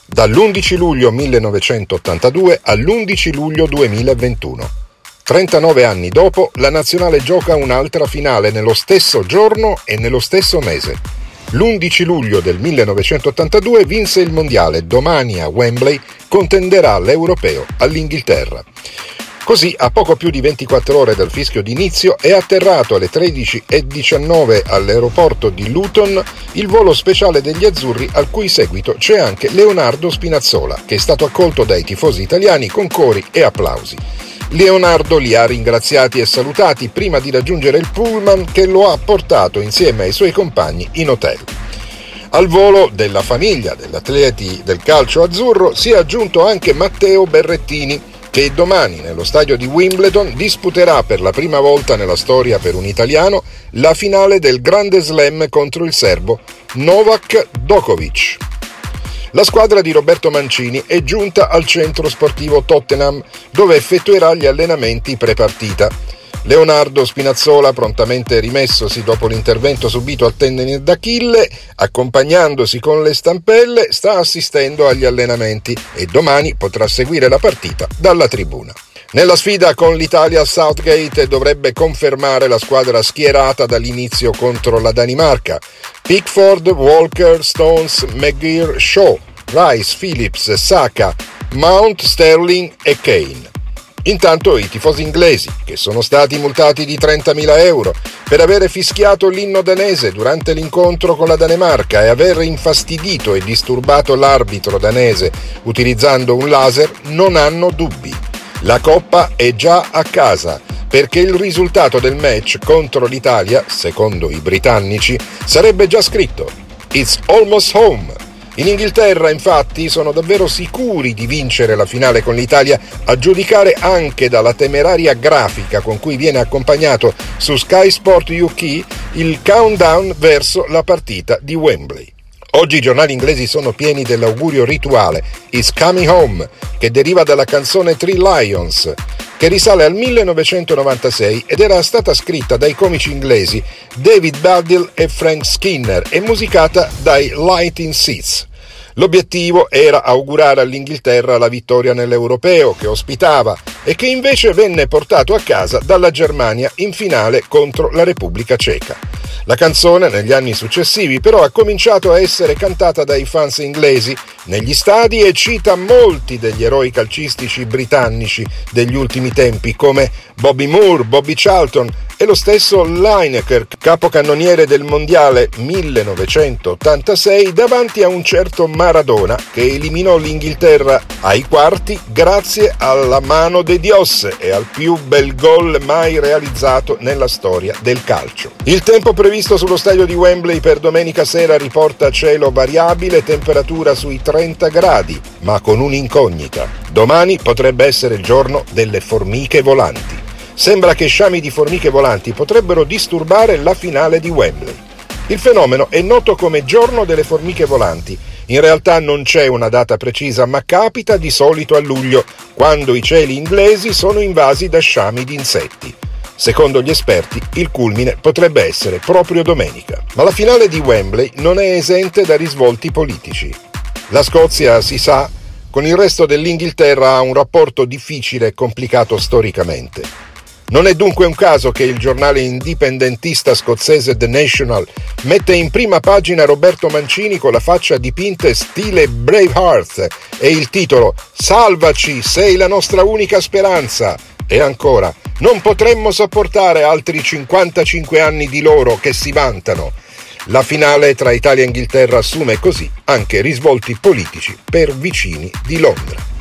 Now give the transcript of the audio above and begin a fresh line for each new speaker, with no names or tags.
dall'11 luglio 1982 all'11 luglio 2021. 39 anni dopo, la nazionale gioca un'altra finale nello stesso giorno e nello stesso mese. L'11 luglio del 1982 vinse il mondiale, domani a Wembley contenderà l'europeo all'Inghilterra. Così, a poco più di 24 ore dal fischio d'inizio, è atterrato alle 13:19 all'aeroporto di Luton il volo speciale degli azzurri, al cui seguito c'è anche Leonardo Spinazzola, che è stato accolto dai tifosi italiani con cori e applausi. Leonardo li ha ringraziati e salutati prima di raggiungere il pullman che lo ha portato insieme ai suoi compagni in hotel. Al volo della famiglia degli atleti del calcio azzurro si è aggiunto anche Matteo Berrettini, che domani nello stadio di Wimbledon disputerà per la prima volta nella storia per un italiano la finale del Grande Slam contro il serbo Novak Djokovic. La squadra di Roberto Mancini è giunta al centro sportivo Tottenham, dove effettuerà gli allenamenti pre-partita. Leonardo Spinazzola, prontamente rimessosi dopo l'intervento subito al tendine d'Achille, accompagnandosi con le stampelle, sta assistendo agli allenamenti e domani potrà seguire la partita dalla tribuna. Nella sfida con l'Italia, Southgate dovrebbe confermare la squadra schierata dall'inizio contro la Danimarca: Pickford, Walker, Stones, Maguire, Shaw, Rice, Phillips, Saka, Mount, Sterling e Kane. Intanto i tifosi inglesi, che sono stati multati di 30.000 euro per avere fischiato l'inno danese durante l'incontro con la Danimarca e aver infastidito e disturbato l'arbitro danese utilizzando un laser, non hanno dubbi. La Coppa è già a casa, perché il risultato del match contro l'Italia, secondo i britannici, sarebbe già scritto. It's almost home. In Inghilterra, infatti, sono davvero sicuri di vincere la finale con l'Italia, a giudicare anche dalla temeraria grafica con cui viene accompagnato su Sky Sport UK il countdown verso la partita di Wembley. Oggi i giornali inglesi sono pieni dell'augurio rituale It's Coming Home, che deriva dalla canzone Three Lions, che risale al 1996 ed era stata scritta dai comici inglesi David Baddiel e Frank Skinner e musicata dai Lightning Seeds. L'obiettivo era augurare all'Inghilterra la vittoria nell'Europeo che ospitava e che invece venne portato a casa dalla Germania in finale contro la Repubblica Ceca. La canzone negli anni successivi però ha cominciato a essere cantata dai fans inglesi negli stadi e cita molti degli eroi calcistici britannici degli ultimi tempi come Bobby Moore, Bobby Charlton e lo stesso Lineker, capocannoniere del mondiale 1986, davanti a un certo Maradona che eliminò l'Inghilterra ai quarti grazie alla mano de Dios e al più bel gol mai realizzato nella storia del calcio. Il tempo previsto sullo stadio di Wembley per domenica sera riporta cielo variabile, temperatura sui 30 gradi, ma con un'incognita. Domani potrebbe essere il giorno delle formiche volanti. Sembra che sciami di formiche volanti potrebbero disturbare la finale di Wembley. Il fenomeno è noto come Giorno delle formiche volanti. In realtà non c'è una data precisa, ma capita di solito a luglio, quando i cieli inglesi sono invasi da sciami di insetti. Secondo gli esperti, il culmine potrebbe essere proprio domenica. Ma la finale di Wembley non è esente da risvolti politici. La Scozia, si sa, con il resto dell'Inghilterra ha un rapporto difficile e complicato storicamente. Non è dunque un caso che il giornale indipendentista scozzese The National mette in prima pagina Roberto Mancini con la faccia dipinta stile Braveheart e il titolo «Salvaci, sei la nostra unica speranza». E ancora, non potremmo sopportare altri 55 anni di loro che si vantano. La finale tra Italia e Inghilterra assume così anche risvolti politici per vicini di Londra.